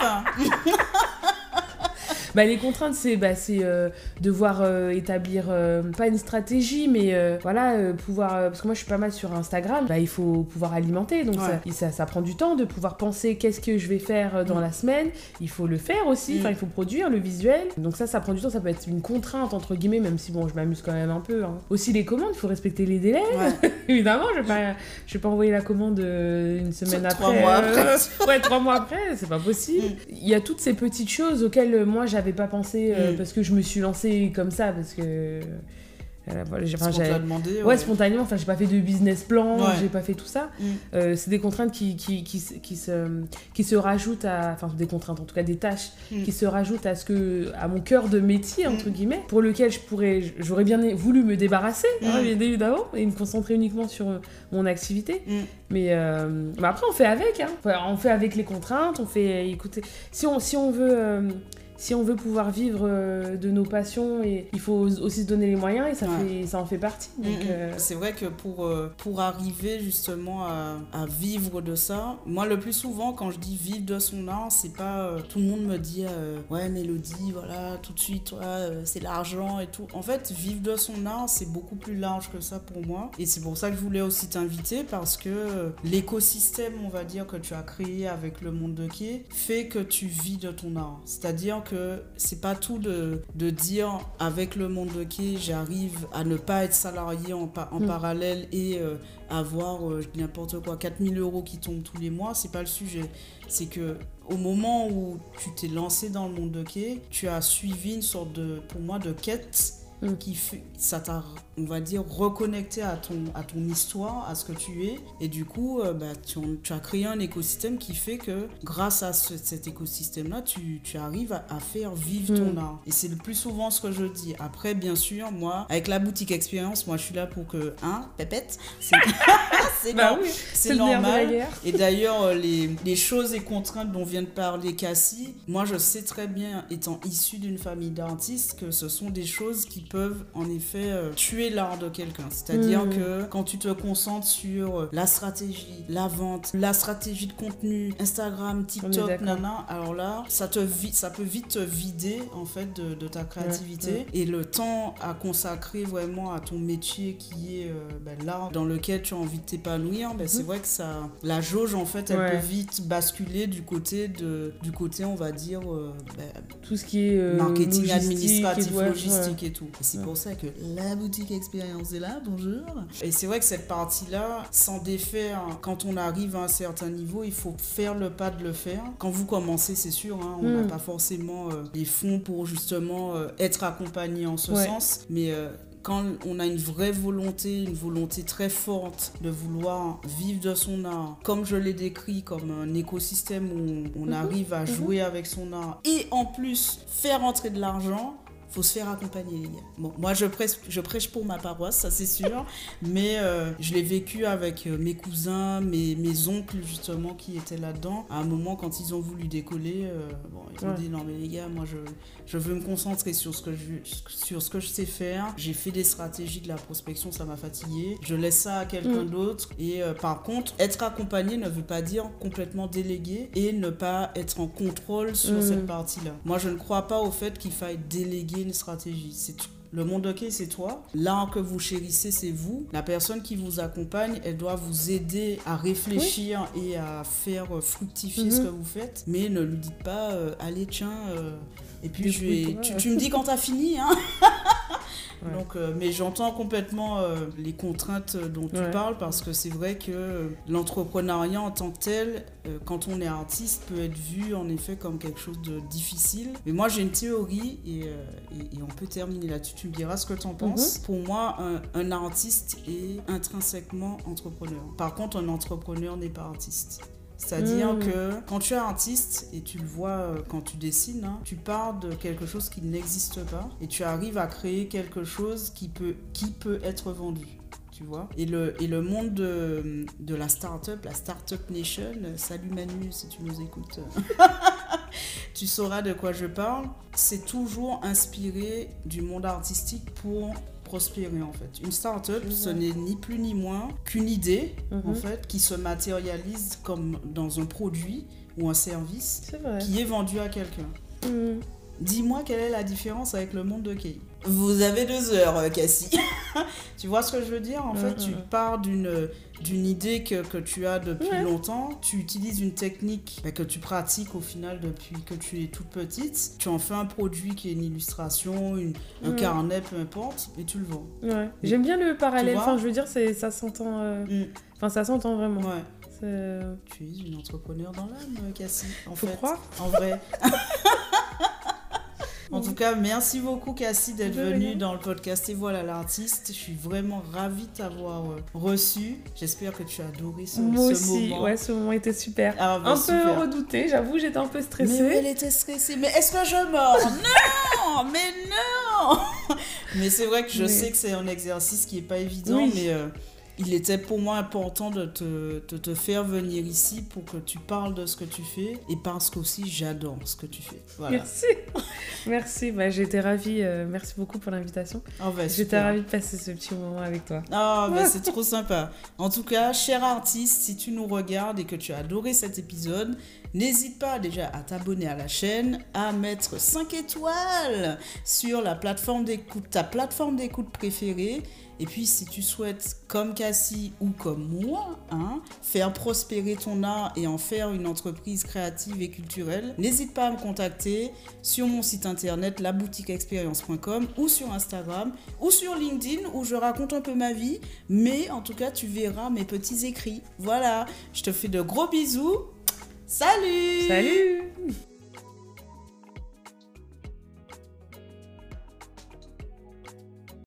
Bah, les contraintes, c'est, bah, c'est euh, devoir euh, établir, euh, pas une stratégie, mais euh, voilà, euh, pouvoir... Euh, parce que moi, je suis pas mal sur Instagram, bah, il faut pouvoir alimenter, donc ouais. ça, ça, ça prend du temps de pouvoir penser qu'est-ce que je vais faire dans mmh. la semaine. Il faut le faire aussi, enfin, mmh. il faut produire le visuel. Donc ça, ça prend du temps, ça peut être une contrainte, entre guillemets, même si, bon, je m'amuse quand même un peu. Hein. Aussi, les commandes, il faut respecter les délais. Ouais. Évidemment, je vais pas, je vais pas envoyer la commande une semaine T- après. Trois mois après. Euh, ouais, trois mois après, c'est pas possible. Mmh. Il y a toutes ces petites choses auxquelles, moi, j'avais pas pensé euh, mmh. parce que je me suis lancée comme ça, parce que euh, voilà, j'ai, enfin, spontanément ouais. ouais spontanément, enfin j'ai pas fait de business plan, ouais. j'ai pas fait tout ça. Mmh. Euh, c'est des contraintes qui, qui, qui, qui, se, qui se rajoutent à, enfin des contraintes en tout cas, des tâches mmh. qui se rajoutent à ce que, à mon cœur de métier entre mmh. guillemets, pour lequel je pourrais, j'aurais bien voulu me débarrasser, mmh. hein, bien évidemment, et me concentrer uniquement sur mon activité. Mmh. Mais, euh, mais après on fait avec, hein. On fait avec les contraintes, on fait, écoutez, si on, si on veut... Euh, Si on veut pouvoir vivre euh, de nos passions, et il faut aussi se donner les moyens, et ça, ouais. fait, ça en fait partie. Donc, mmh, euh... C'est vrai que pour, euh, pour arriver justement à, à vivre de ça, moi le plus souvent quand je dis vivre de son art, c'est pas euh, tout le monde me dit euh, ouais Mélodie, voilà, tout de suite, toi, euh, c'est l'argent et tout. En fait, vivre de son art, c'est beaucoup plus large que ça pour moi. Et c'est pour ça que je voulais aussi t'inviter, parce que euh, l'écosystème, on va dire, que tu as créé avec le Monde de Quai fait que tu vis de ton art. C'est-à-dire que c'est pas tout de, de dire avec le Monde de Quai j'arrive à ne pas être salarié en, pa- en mmh. parallèle et euh, avoir euh, n'importe quoi quatre mille euros qui tombent tous les mois, c'est pas le sujet. C'est que au moment où tu t'es lancé dans le Monde de Quai, tu as suivi une sorte de, pour moi, de quête. mmh. qui fait, ça t'a, on va dire, reconnecté à ton, à ton histoire, à ce que tu es. Et du coup, euh, bah, tu, tu as créé un écosystème qui fait que grâce à ce, cet écosystème-là, tu, tu arrives à, à faire vivre mmh. ton art. Et c'est le plus souvent ce que je dis. Après, bien sûr, moi, avec la boutique expérience, moi, je suis là pour que, hein, pépette, c'est, c'est, bah non, oui, c'est, c'est normal. Et d'ailleurs, les, les choses et contraintes dont vient de parler Cassie, moi, je sais très bien, étant issue d'une famille d'artistes, que ce sont des choses qui peuvent, en effet, euh, tuer l'art de quelqu'un. C'est-à-dire mmh. que quand tu te concentres sur la stratégie, la vente, la stratégie de contenu, Instagram, TikTok, nana, alors là, ça, te vi- ça peut vite te vider, en fait, de, de ta créativité. Ouais, ouais. Et le temps à consacrer vraiment à ton métier qui est euh, ben, l'art dans lequel tu as envie de t'épanouir, ben, mmh. c'est vrai que ça, la jauge, en fait, elle ouais. peut vite basculer du côté, de, du côté on va dire, euh, ben, tout ce qui est euh, marketing administratif, et logistique ouais. et tout. Et c'est ouais. pour ça que la boutique expérience est là, bonjour. Et c'est vrai que cette partie-là, s'en défaire, quand on arrive à un certain niveau, il faut faire le pas de le faire. Quand vous commencez, c'est sûr, hein, on n'a mmh. pas forcément euh, les fonds pour justement euh, être accompagné en ce ouais. sens, mais euh, quand on a une vraie volonté, une volonté très forte de vouloir vivre de son art, comme je l'ai décrit, comme un écosystème où on, on mmh. arrive à jouer mmh. avec son art et en plus faire entrer de l'argent, faut se faire accompagner, les gars. Bon, moi, je prêche, je prêche pour ma paroisse, ça c'est sûr, mais euh, je l'ai vécu avec euh, mes cousins, mes, mes oncles, justement, qui étaient là-dedans. À un moment, quand ils ont voulu décoller, euh, bon, ils ont ouais. dit, non, mais les gars, moi, je, je veux me concentrer sur ce, que je, sur ce que je sais faire. J'ai fait des stratégies de la prospection, ça m'a fatigué. Je laisse ça à quelqu'un mmh. d'autre. Et euh, par contre, être accompagné ne veut pas dire complètement déléguer et ne pas être en contrôle sur mmh. cette partie-là. Moi, je ne crois pas au fait qu'il faille déléguer une stratégie. C'est tout. Le monde hockey, c'est toi. L'art que vous chérissez, c'est vous. La personne qui vous accompagne, elle doit vous aider à réfléchir oui. et à faire fructifier mm-hmm. ce que vous faites. Mais ne lui dites pas, euh, allez, tiens, euh, et puis je vais... tu, tu me dis quand t'as fini, hein. Ouais. Donc, euh, mais j'entends complètement euh, les contraintes dont tu ouais. parles, parce que c'est vrai que euh, l'entrepreneuriat en tant que tel, euh, quand on est artiste, peut être vu en effet comme quelque chose de difficile. Mais moi j'ai une théorie et, euh, et, et on peut terminer là-dessus. Tu me diras ce que tu en penses. Mm-hmm. Pour moi, un, un artiste est intrinsèquement entrepreneur. Par contre, un entrepreneur n'est pas artiste. C'est-à-dire mmh. que quand tu es artiste, et tu le vois quand tu dessines, hein, tu pars de quelque chose qui n'existe pas et tu arrives à créer quelque chose qui peut, qui peut être vendu. Tu vois, et le, et le monde de, de la start-up, la Startup Nation, salut Manu si tu nous écoutes, tu sauras de quoi je parle, c'est toujours inspiré du monde artistique pour prospérer en fait. Une start-up, ce n'est ni plus ni moins qu'une idée mm-hmm. en fait qui se matérialise comme dans un produit ou un service qui est vendu à quelqu'un. Mm. Dis-moi quelle est la différence avec le monde de Kay. Vous avez deux heures, Cassie. Tu vois ce que je veux dire? En mmh, fait, mmh. tu pars d'une, d'une idée que, que tu as depuis ouais. longtemps. Tu utilises une technique bah, que tu pratiques au final depuis que tu es toute petite. Tu en fais un produit qui est une illustration, une, mmh. un carnet, peu importe, et tu le vends. Ouais. J'aime bien le parallèle. Enfin, je veux dire, c'est, ça s'entend. Euh... Mmh. Enfin, ça s'entend vraiment. Ouais. C'est... Tu es une entrepreneur dans l'âme, Cassie. En Faut fait, croire. En vrai. En tout cas, merci beaucoup Cassie d'être venue dans le podcast Et voilà l'artiste. Je suis vraiment ravie de t'avoir reçu. J'espère que tu as adoré ce, Moi ce aussi. moment. Ouais, ce moment était super. Ah, bah, un super. peu redouté, j'avoue, j'étais un peu stressée. Mais oui, elle était stressée. Mais est-ce que je mords? Non, mais non. Mais c'est vrai que je mais... sais que c'est un exercice qui n'est pas évident, oui. mais... Euh, il était pour moi important de te, de te faire venir ici pour que tu parles de ce que tu fais et parce qu'aussi j'adore ce que tu fais. Voilà. Merci. Merci. Bah, j'étais ravie. Euh, merci beaucoup pour l'invitation. Oh, bah, j'étais ravie de passer ce petit moment avec toi. Oh, bah, c'est trop sympa. En tout cas, cher artiste, si tu nous regardes et que tu as adoré cet épisode, n'hésite pas déjà à t'abonner à la chaîne, à mettre cinq étoiles sur la plateforme d'écoute, ta plateforme d'écoute préférée. Et puis, si tu souhaites, comme Cassie ou comme moi, hein, faire prospérer ton art et en faire une entreprise créative et culturelle, n'hésite pas à me contacter sur mon site internet la boutique expérience point com ou sur Instagram ou sur LinkedIn où je raconte un peu ma vie. Mais en tout cas, tu verras mes petits écrits. Voilà, je te fais de gros bisous. Salut! Salut!